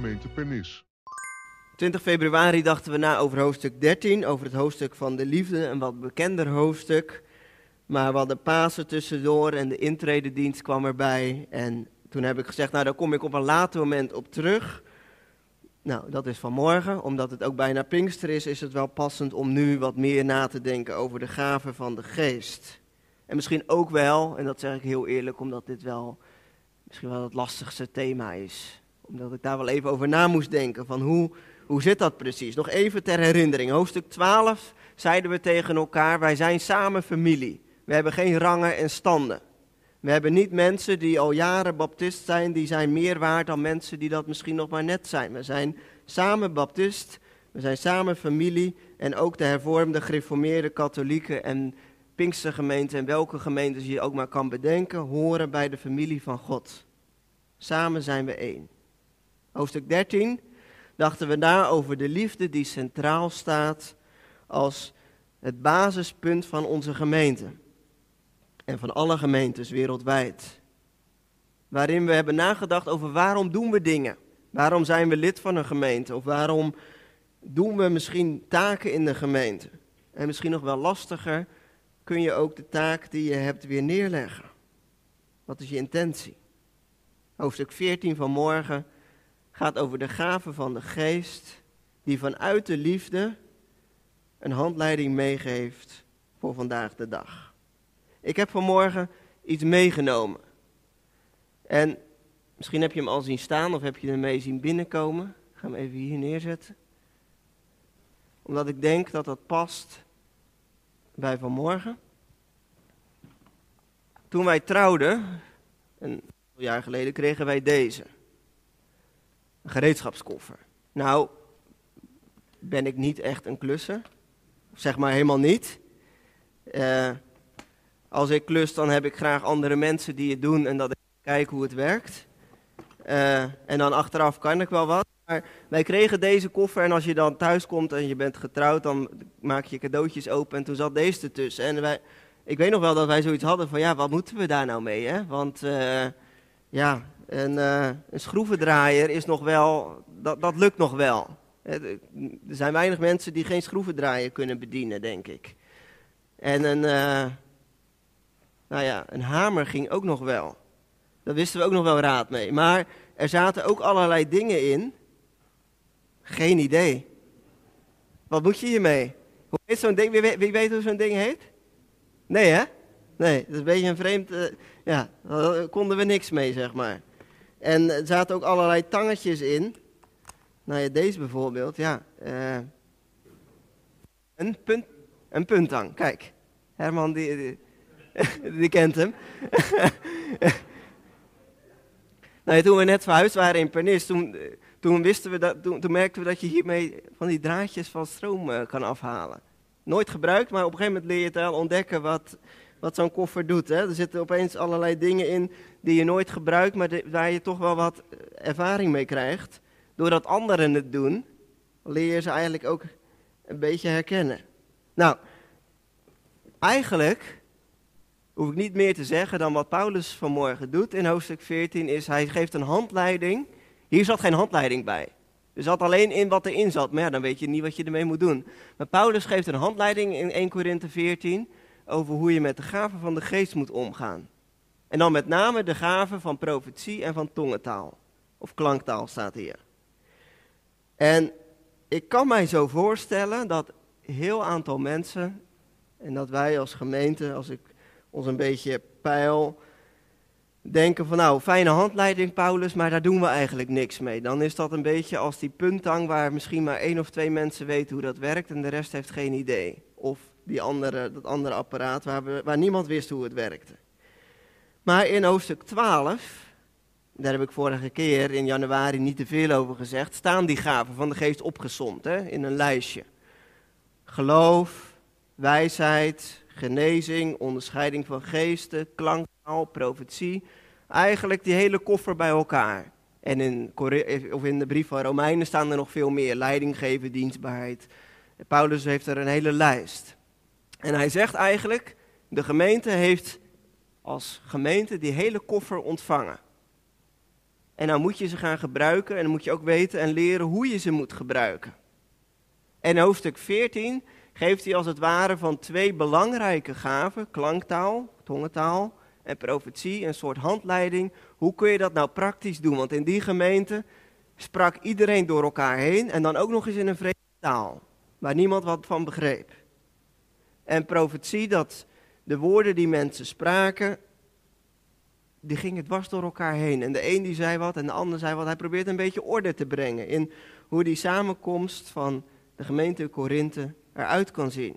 gemeente Pernis. 20 februari dachten we na over hoofdstuk 13, over het hoofdstuk van de liefde, een wat bekender hoofdstuk. Maar we hadden Pasen tussendoor en de intrededienst kwam erbij. En toen heb ik gezegd, nou daar kom ik op een later moment op terug. Nou, dat is vanmorgen. Omdat het ook bijna Pinkster is het wel passend om nu wat meer na te denken over de gaven van de geest. En misschien ook wel, en dat zeg ik heel eerlijk, omdat dit wel misschien wel het lastigste thema is. Omdat ik daar wel even over na moest denken, van hoe zit dat precies? Nog even ter herinnering. Hoofdstuk 12 zeiden we tegen elkaar, wij zijn samen familie. We hebben geen rangen en standen. We hebben niet mensen die al jaren baptist zijn, die zijn meer waard dan mensen die dat misschien nog maar net zijn. We zijn samen baptist, we zijn samen familie en ook de hervormde, gereformeerde, katholieken en Pinkstergemeenten en welke gemeentes je ook maar kan bedenken, horen bij de familie van God. Samen zijn we één. Hoofdstuk 13 dachten we na over de liefde die centraal staat als het basispunt van onze gemeente. En van alle gemeentes wereldwijd. Waarin we hebben nagedacht over waarom doen we dingen. Waarom zijn we lid van een gemeente? Of waarom doen we misschien taken in de gemeente? En misschien nog wel lastiger, kun je ook de taak die je hebt weer neerleggen. Wat is je intentie? Hoofdstuk 14 van morgen gaat over de gaven van de geest, die vanuit de liefde een handleiding meegeeft voor vandaag de dag. Ik heb vanmorgen iets meegenomen. En misschien heb je hem al zien staan of heb je hem mee zien binnenkomen. Ik ga hem even hier neerzetten. Omdat ik denk dat dat past bij vanmorgen. Toen wij trouwden, een jaar geleden, kregen wij deze. Een gereedschapskoffer. Nou, ben ik niet echt een klusser. Zeg maar helemaal niet. Als ik klus, dan heb ik graag andere mensen die het doen en dat ik kijk hoe het werkt. En dan achteraf kan ik wel wat. Maar wij kregen deze koffer en als je dan thuis komt en je bent getrouwd, dan maak je cadeautjes open en toen zat deze ertussen. En ik weet nog wel dat wij zoiets hadden van, ja, wat moeten we daar nou mee, hè? Want een schroevendraaier is nog wel, dat lukt nog wel. Er zijn weinig mensen die geen schroevendraaier kunnen bedienen, denk ik. En een hamer ging ook nog wel. Daar wisten we ook nog wel raad mee. Maar er zaten ook allerlei dingen in. Geen idee. Wat moet je hiermee? Hoe heet zo'n ding? Wie weet hoe zo'n ding heet? Nee, hè? Nee, dat is een beetje een vreemd... daar konden we niks mee, zeg maar. En er zaten ook allerlei tangetjes in. Nou ja, deze bijvoorbeeld, ja. Een punttang, kijk. Herman, die kent hem. Nou ja, toen we net verhuisd waren in Pernis, toen merkten we dat je hiermee van die draadjes van stroom kan afhalen. Nooit gebruikt, maar op een gegeven moment leer je het wel ontdekken wat zo'n koffer doet. Hè? Er zitten opeens allerlei dingen in die je nooit gebruikt, maar waar je toch wel wat ervaring mee krijgt. Doordat anderen het doen, leer je ze eigenlijk ook een beetje herkennen. Nou, eigenlijk hoef ik niet meer te zeggen dan wat Paulus vanmorgen doet in hoofdstuk 14, is hij geeft een handleiding. Hier zat geen handleiding bij. Er zat alleen in wat erin zat, maar ja, dan weet je niet wat je ermee moet doen. Maar Paulus geeft een handleiding in 1 Korinthe 14 over hoe je met de gaven van de geest moet omgaan. En dan met name de gaven van profetie en van tongentaal. Of klanktaal staat hier. En ik kan mij zo voorstellen dat een heel aantal mensen, en dat wij als gemeente, als ik ons een beetje peil, denken van nou, fijne handleiding Paulus, maar daar doen we eigenlijk niks mee. Dan is dat een beetje als die punttang waar misschien maar 1 of 2 mensen weten hoe dat werkt en de rest heeft geen idee. Of dat andere apparaat waar niemand wist hoe het werkte. Maar in hoofdstuk 12, daar heb ik vorige keer in januari niet te veel over gezegd, staan die gaven van de geest opgesomd in een lijstje. Geloof, wijsheid, genezing, onderscheiding van geesten, klanktaal, profetie. Eigenlijk die hele koffer bij elkaar. En in de brief van Romeinen staan er nog veel meer. Leiding geven, dienstbaarheid. Paulus heeft er een hele lijst. En hij zegt eigenlijk, de gemeente heeft als gemeente die hele koffer ontvangen. En nou moet je ze gaan gebruiken en dan moet je ook weten en leren hoe je ze moet gebruiken. En in hoofdstuk 14 geeft hij als het ware van 2 belangrijke gaven, klanktaal, tongentaal en profetie, een soort handleiding. Hoe kun je dat nou praktisch doen? Want in die gemeente sprak iedereen door elkaar heen en dan ook nog eens in een vreemde taal, waar niemand wat van begreep. En profetie, dat de woorden die mensen spraken, die gingen dwars door elkaar heen. En de een die zei wat en de ander zei wat. Hij probeert een beetje orde te brengen in hoe die samenkomst van de gemeente Korinthe eruit kan zien.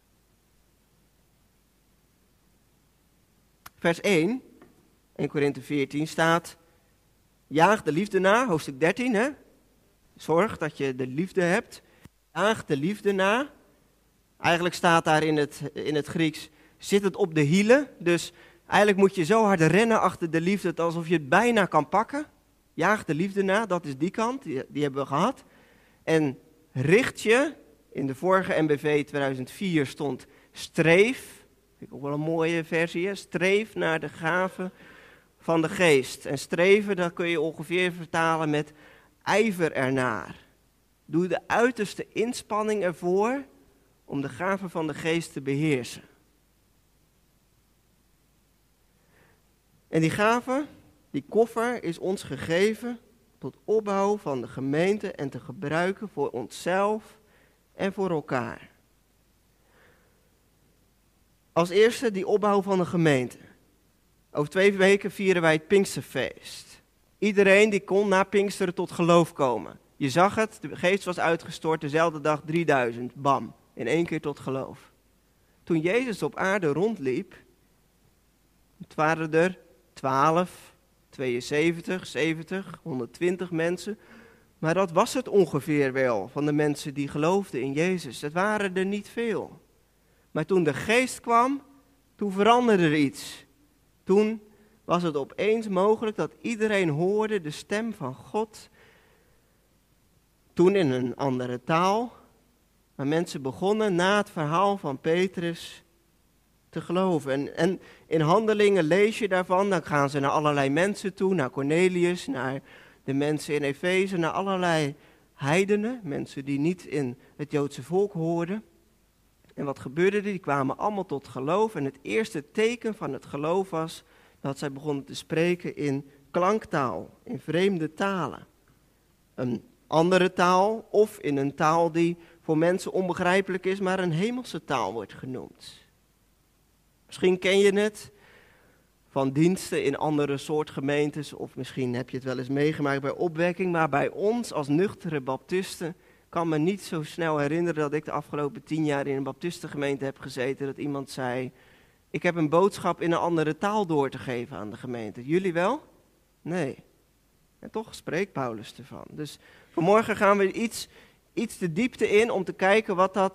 Vers 1, in Korinthe 14 staat, jaag de liefde na, hoofdstuk 13, hè? Zorg dat je de liefde hebt. Jaag de liefde na. Eigenlijk staat daar in het Grieks, zit het op de hielen. Dus eigenlijk moet je zo hard rennen achter de liefde, alsof je het bijna kan pakken. Jaag de liefde na, dat is die kant, die hebben we gehad. En richt je, in de vorige NBV 2004 stond streef, vind ik ook wel een mooie versie, hè? Streef naar de gave van de geest. En streven, dat kun je ongeveer vertalen met ijver ernaar. Doe de uiterste inspanning ervoor om de gave van de geest te beheersen. En die gave, die koffer, is ons gegeven tot opbouw van de gemeente en te gebruiken voor onszelf en voor elkaar. Als eerste die opbouw van de gemeente. Over 2 weken vieren wij het Pinksterfeest. Iedereen die kon na Pinksteren tot geloof komen. Je zag het, de geest was uitgestort, dezelfde dag 3000, bam, in 1 keer tot geloof. Toen Jezus op aarde rondliep, het waren er 12, 72, 70, 120 mensen. Maar dat was het ongeveer wel van de mensen die geloofden in Jezus. Het waren er niet veel. Maar toen de geest kwam, toen veranderde er iets. Toen was het opeens mogelijk dat iedereen hoorde de stem van God. Toen in een andere taal. Maar mensen begonnen na het verhaal van Petrus te geloven. En in Handelingen lees je daarvan, dan gaan ze naar allerlei mensen toe, naar Cornelius, naar de mensen in Efeze, naar allerlei heidenen, mensen die niet in het Joodse volk hoorden. En wat gebeurde er? Die kwamen allemaal tot geloof. En het eerste teken van het geloof was dat zij begonnen te spreken in klanktaal, in vreemde talen. Een andere taal of in een taal die voor mensen onbegrijpelijk is, maar een hemelse taal wordt genoemd. Misschien ken je het van diensten in andere soort gemeentes, of misschien heb je het wel eens meegemaakt bij opwekking, maar bij ons als nuchtere baptisten kan me niet zo snel herinneren dat ik de afgelopen 10 jaar in een baptistengemeente heb gezeten, dat iemand zei, ik heb een boodschap in een andere taal door te geven aan de gemeente. Jullie wel? Nee. En toch spreekt Paulus ervan. Dus vanmorgen gaan we iets de diepte in om te kijken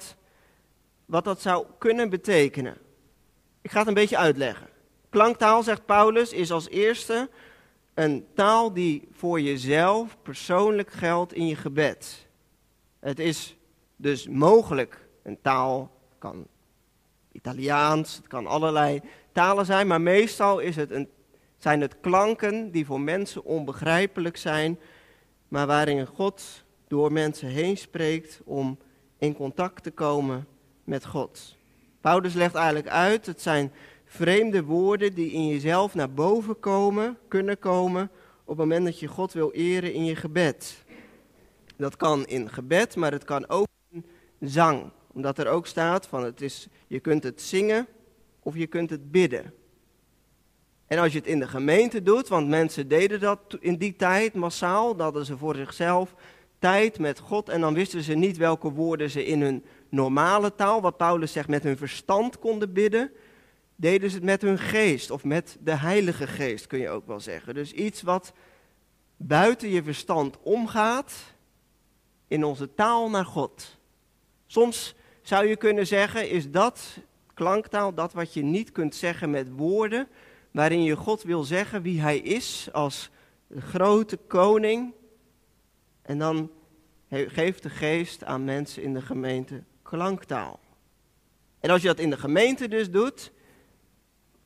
wat dat zou kunnen betekenen. Ik ga het een beetje uitleggen. Klanktaal, zegt Paulus, is als eerste een taal die voor jezelf persoonlijk geldt in je gebed. Het is dus mogelijk een taal, het kan Italiaans, het kan allerlei talen zijn, maar meestal zijn het klanken die voor mensen onbegrijpelijk zijn, maar waarin God door mensen heen spreekt om in contact te komen met God. Paulus legt eigenlijk uit, het zijn vreemde woorden die in jezelf naar boven kunnen komen op het moment dat je God wil eren in je gebed. Dat kan in gebed, maar het kan ook in zang. Omdat er ook staat van je kunt het zingen of je kunt het bidden. En als je het in de gemeente doet, want mensen deden dat in die tijd massaal, dat hadden ze voor zichzelf tijd met God en dan wisten ze niet welke woorden ze in hun normale taal, wat Paulus zegt, met hun verstand konden bidden, deden ze het met hun geest of met de Heilige Geest, kun je ook wel zeggen. Dus iets wat buiten je verstand omgaat in onze taal naar God. Soms zou je kunnen zeggen, is dat klanktaal, dat wat je niet kunt zeggen met woorden, waarin je God wil zeggen wie hij is als de grote koning. En dan geeft de geest aan mensen in de gemeente klanktaal. En als je dat in de gemeente dus doet,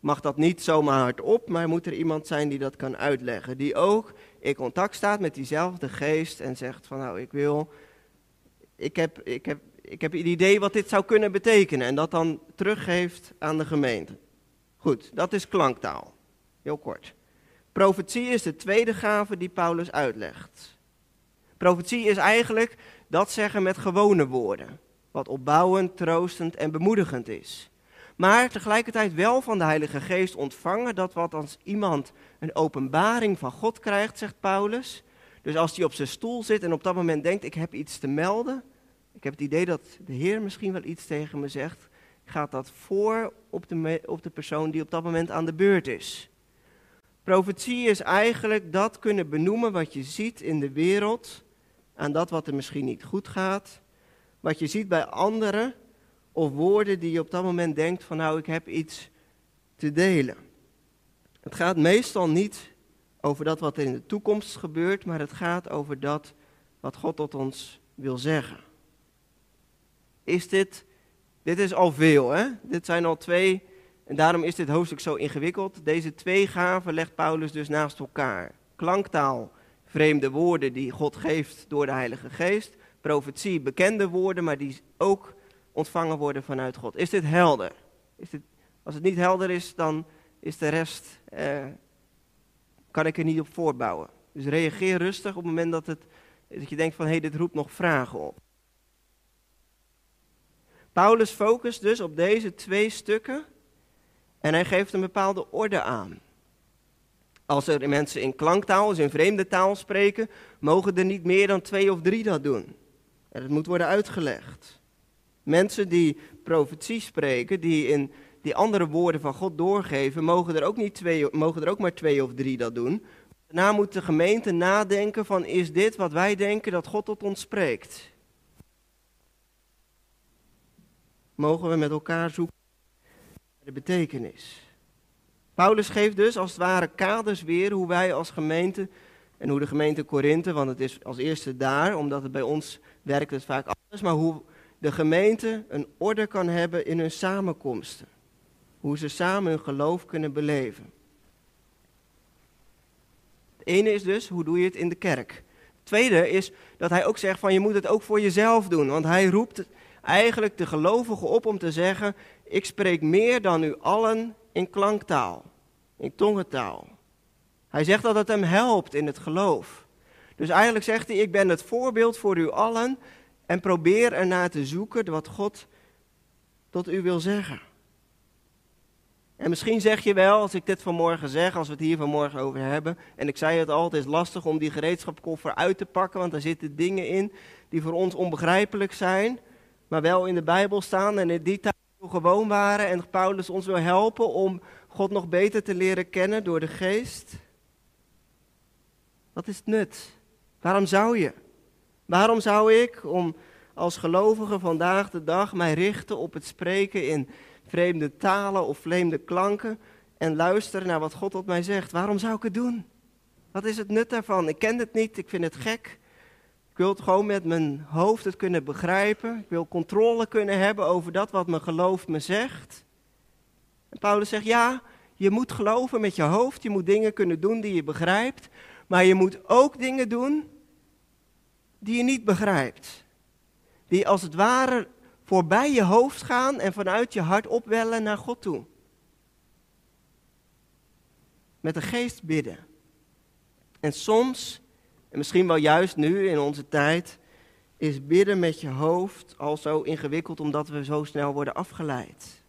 mag dat niet zomaar hardop, maar moet er iemand zijn die dat kan uitleggen. Die ook in contact staat met diezelfde geest en zegt van nou, ik heb het idee wat dit zou kunnen betekenen. En dat dan teruggeeft aan de gemeente. Goed, dat is klanktaal. Heel kort. Profetie is de tweede gave die Paulus uitlegt. Profetie is eigenlijk dat zeggen met gewone woorden. Wat opbouwend, troostend en bemoedigend is. Maar tegelijkertijd wel van de Heilige Geest ontvangen, dat wat als iemand een openbaring van God krijgt, zegt Paulus. Dus als hij op zijn stoel zit en op dat moment denkt, ik heb iets te melden. Ik heb het idee dat de Heer misschien wel iets tegen me zegt. Gaat dat voor op de persoon die op dat moment aan de beurt is. Profetie is eigenlijk dat kunnen benoemen wat je ziet in de wereld. Aan dat wat er misschien niet goed gaat. Wat je ziet bij anderen. Of woorden die je op dat moment denkt van nou, ik heb iets te delen. Het gaat meestal niet over dat wat er in de toekomst gebeurt, maar het gaat over dat wat God tot ons wil zeggen. Dit is al veel, hè? Dit zijn al 2, en daarom is dit hoofdstuk zo ingewikkeld. Deze 2 gaven legt Paulus dus naast elkaar. Klanktaal, vreemde woorden die God geeft door de Heilige Geest. Profetie, bekende woorden, maar die ook ontvangen worden vanuit God. Is dit helder? Als het niet helder is, dan is de rest, kan ik er niet op voortbouwen. Dus reageer rustig op het moment dat je denkt van, dit roept nog vragen op. Paulus focust dus op deze 2 stukken en hij geeft een bepaalde orde aan. Als er mensen in klanktaal, dus in vreemde taal spreken, mogen er niet meer dan 2 of 3 dat doen. En het moet worden uitgelegd. Mensen die profetie spreken, die andere woorden van God doorgeven, mogen er ook maar 2 of 3 dat doen. Daarna moet de gemeente nadenken van, is dit wat wij denken dat God tot ons spreekt? Mogen we met elkaar zoeken naar de betekenis. Paulus geeft dus als het ware kaders weer hoe wij als gemeente, en hoe de gemeente Korinthe, want het is als eerste daar, omdat het bij ons werkt het vaak anders, maar hoe de gemeente een orde kan hebben in hun samenkomsten. Hoe ze samen hun geloof kunnen beleven. Het ene is dus, hoe doe je het in de kerk? Het tweede is dat hij ook zegt van je moet het ook voor jezelf doen. Want hij roept eigenlijk de gelovigen op om te zeggen, ik spreek meer dan u allen in klanktaal, in tongentaal. Hij zegt dat het hem helpt in het geloof. Dus eigenlijk zegt hij, ik ben het voorbeeld voor u allen en probeer ernaar te zoeken wat God tot u wil zeggen. En misschien zeg je wel, als ik dit vanmorgen zeg, als we het hier vanmorgen over hebben, en ik zei het al, het is lastig om die gereedschapkoffer uit te pakken, want daar zitten dingen in die voor ons onbegrijpelijk zijn, maar wel in de Bijbel staan en in die tijd heel gewoon waren en Paulus ons wil helpen om God nog beter te leren kennen door de geest. Wat is het nut? Waarom zou je? Waarom zou ik als gelovige vandaag de dag mij richten op het spreken in vreemde talen of vreemde klanken en luisteren naar wat God tot mij zegt? Waarom zou ik het doen? Wat is het nut daarvan? Ik ken het niet, ik vind het gek. Ik wil het gewoon met mijn hoofd het kunnen begrijpen. Ik wil controle kunnen hebben over dat wat mijn geloof me zegt. En Paulus zegt, ja, je moet geloven met je hoofd. Je moet dingen kunnen doen die je begrijpt. Maar je moet ook dingen doen die je niet begrijpt. Die als het ware voorbij je hoofd gaan en vanuit je hart opwellen naar God toe. Met de geest bidden. En soms, en misschien wel juist nu in onze tijd, is bidden met je hoofd al zo ingewikkeld omdat we zo snel worden afgeleid.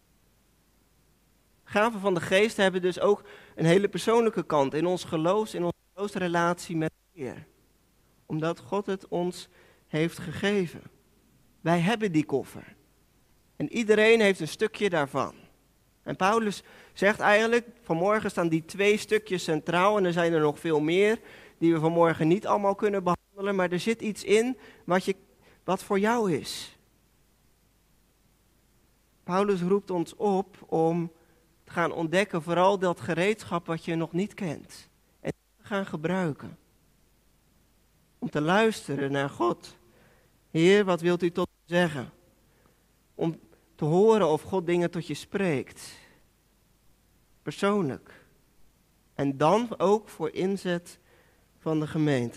Gaven van de geest hebben dus ook een hele persoonlijke kant in onze geloofsrelatie met de Heer. Omdat God het ons heeft gegeven. Wij hebben die koffer. En iedereen heeft een stukje daarvan. En Paulus zegt eigenlijk, vanmorgen staan die 2 stukjes centraal en er zijn er nog veel meer die we vanmorgen niet allemaal kunnen behandelen, maar er zit iets in wat voor jou is. Paulus roept ons op om te gaan ontdekken, vooral dat gereedschap wat je nog niet kent. En te gaan gebruiken. Om te luisteren naar God. Heer, wat wilt u tot me zeggen? Om te horen of God dingen tot je spreekt. persoonlijk. En dan ook voor inzet van de gemeente.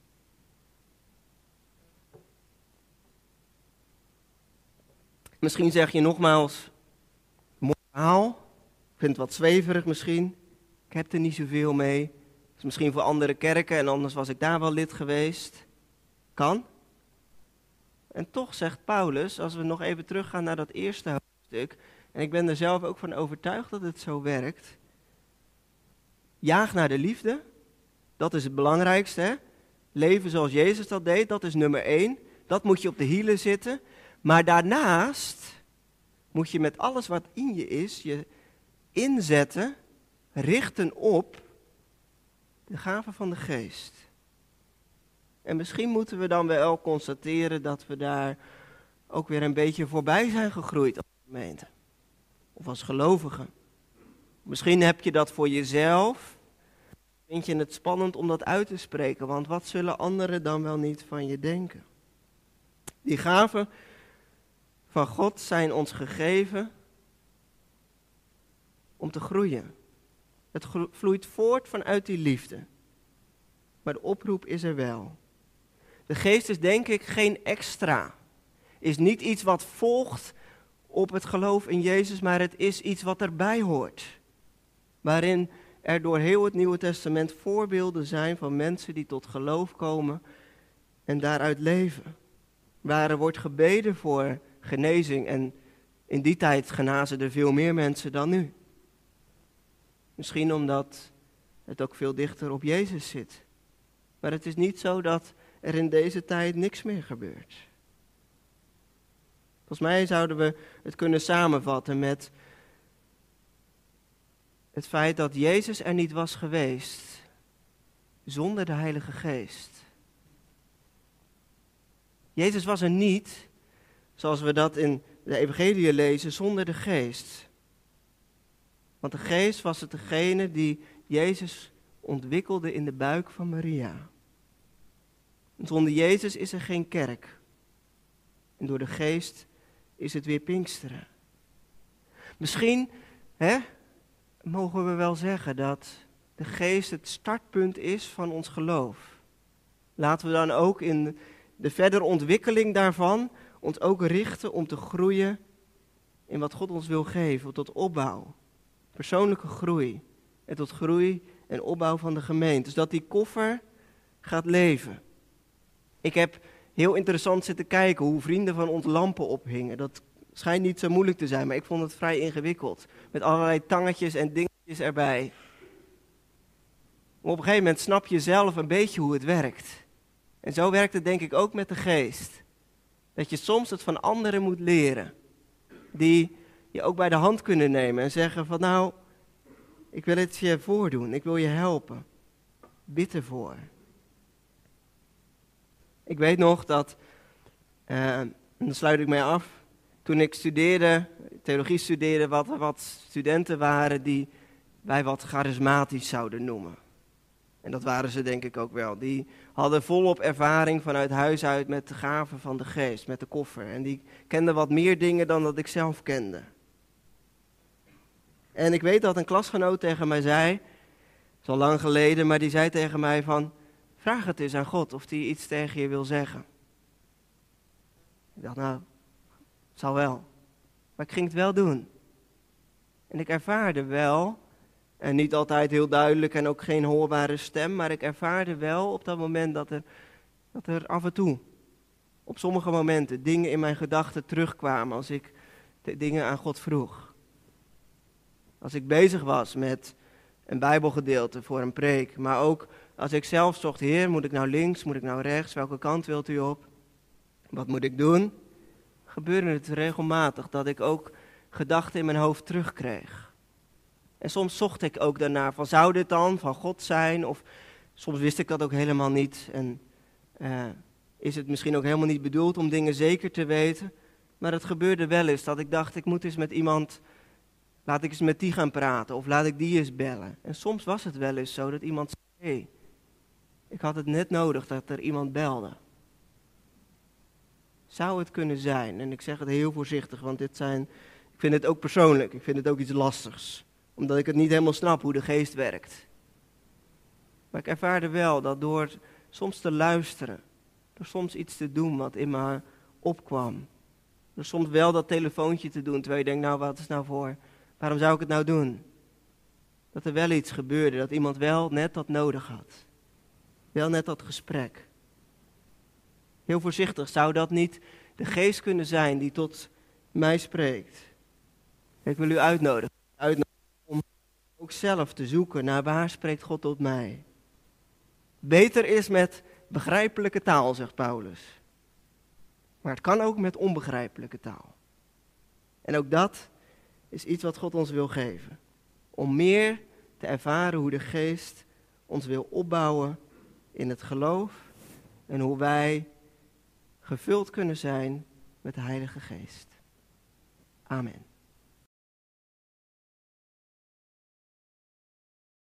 Misschien zeg je nogmaals, mooi verhaal. Ik vind het wat zweverig misschien. Ik heb er niet zoveel mee. Dat is misschien voor andere kerken en anders was ik daar wel lid geweest. Kan. En toch zegt Paulus, als we nog even teruggaan naar dat eerste hoofdstuk, en ik ben er zelf ook van overtuigd dat het zo werkt. Jaag naar de liefde, dat is het belangrijkste. Hè? Leven zoals Jezus dat deed, dat is nummer 1. Dat moet je op de hielen zitten. Maar daarnaast moet je met alles wat in je is, je inzetten, richten op de gaven van de geest. En misschien moeten we dan wel constateren dat we daar ook weer een beetje voorbij zijn gegroeid als gemeente. Of als gelovigen. Misschien heb je dat voor jezelf. Vind je het spannend om dat uit te spreken, want wat zullen anderen dan wel niet van je denken? Die gaven van God zijn ons gegeven om te groeien. Het vloeit voort vanuit die liefde. Maar de oproep is er wel. De geest is denk ik geen extra. Is niet iets wat volgt op het geloof in Jezus, maar het is iets wat erbij hoort. Waarin er door heel het Nieuwe Testament voorbeelden zijn van mensen die tot geloof komen en daaruit leven. Waar er wordt gebeden voor genezing en in die tijd genazen er veel meer mensen dan nu. Misschien omdat het ook veel dichter op Jezus zit. Maar het is niet zo dat er in deze tijd niks meer gebeurt. Volgens mij zouden we het kunnen samenvatten met het feit dat Jezus er niet was geweest zonder de Heilige Geest. Jezus was er niet, zoals we dat in de Evangelie lezen, zonder de Geest. Want de Geest was het degene die Jezus ontwikkelde in de buik van Maria. En zonder Jezus is er geen kerk. En door de Geest is het weer Pinksteren. Misschien mogen we wel zeggen dat de Geest het startpunt is van ons geloof. Laten we dan ook in de verdere ontwikkeling daarvan ons ook richten om te groeien in wat God ons wil geven, tot opbouw, persoonlijke groei en tot groei en opbouw van de gemeente. Dus dat die koffer gaat leven. Ik heb heel interessant zitten kijken hoe vrienden van ons lampen ophingen. Dat schijnt niet zo moeilijk te zijn, maar ik vond het vrij ingewikkeld. Met allerlei tangetjes en dingetjes erbij. Maar op een gegeven moment snap je zelf een beetje hoe het werkt. En zo werkt het denk ik ook met de geest. Dat je soms het van anderen moet leren. Die je ook bij de hand kunnen nemen en zeggen van nou, ik wil het je voordoen, ik wil je helpen. Bid ervoor. Ik weet nog dat, en dan sluit ik mij af, toen ik studeerde, theologie studeerde, wat studenten waren die wij wat charismatisch zouden noemen. En dat waren ze denk ik ook wel. Die hadden volop ervaring vanuit huis uit met de gaven van de geest, met de koffer. En die kenden wat meer dingen dan dat ik zelf kende. En ik weet dat een klasgenoot tegen mij zei, dat is al lang geleden, maar die zei tegen mij van, vraag het eens aan God of hij iets tegen je wil zeggen. Ik dacht nou, het zal wel. Maar ik ging het wel doen. En ik ervaarde wel, en niet altijd heel duidelijk en ook geen hoorbare stem, maar ik ervaarde wel op dat moment dat er af en toe, op sommige momenten, dingen in mijn gedachten terugkwamen als ik de dingen aan God vroeg. Als ik bezig was met een Bijbelgedeelte voor een preek, maar ook als ik zelf zocht, Heer, moet ik nou links, moet ik nou rechts, welke kant wilt u op? Wat moet ik doen? Gebeurde het regelmatig dat ik ook gedachten in mijn hoofd terugkreeg. En soms zocht ik ook daarna van, zou dit dan van God zijn? Of soms wist ik dat ook helemaal niet. En is het misschien ook helemaal niet bedoeld om dingen zeker te weten. Maar het gebeurde wel eens dat ik dacht, ik moet eens met iemand, laat ik eens met die gaan praten. Of laat ik die eens bellen. En soms was het wel eens zo dat iemand zei, hey, ik had het net nodig dat er iemand belde. Zou het kunnen zijn? En ik zeg het heel voorzichtig, want ik vind het ook persoonlijk. Ik vind het ook iets lastigs. Omdat ik het niet helemaal snap hoe de geest werkt. Maar ik ervaarde wel dat door soms te luisteren, door soms iets te doen wat in me opkwam, door soms wel dat telefoontje te doen, terwijl je denkt, nou wat is nou voor, waarom zou ik het nou doen? Dat er wel iets gebeurde, dat iemand wel net dat nodig had. Wel net dat gesprek. Heel voorzichtig, zou dat niet de geest kunnen zijn die tot mij spreekt? Ik wil u uitnodigen om ook zelf te zoeken naar waar spreekt God tot mij. Beter is met begrijpelijke taal, zegt Paulus. Maar het kan ook met onbegrijpelijke taal. En ook dat is iets wat God ons wil geven. Om meer te ervaren hoe de geest ons wil opbouwen in het geloof. En hoe wij gevuld kunnen zijn met de Heilige Geest. Amen.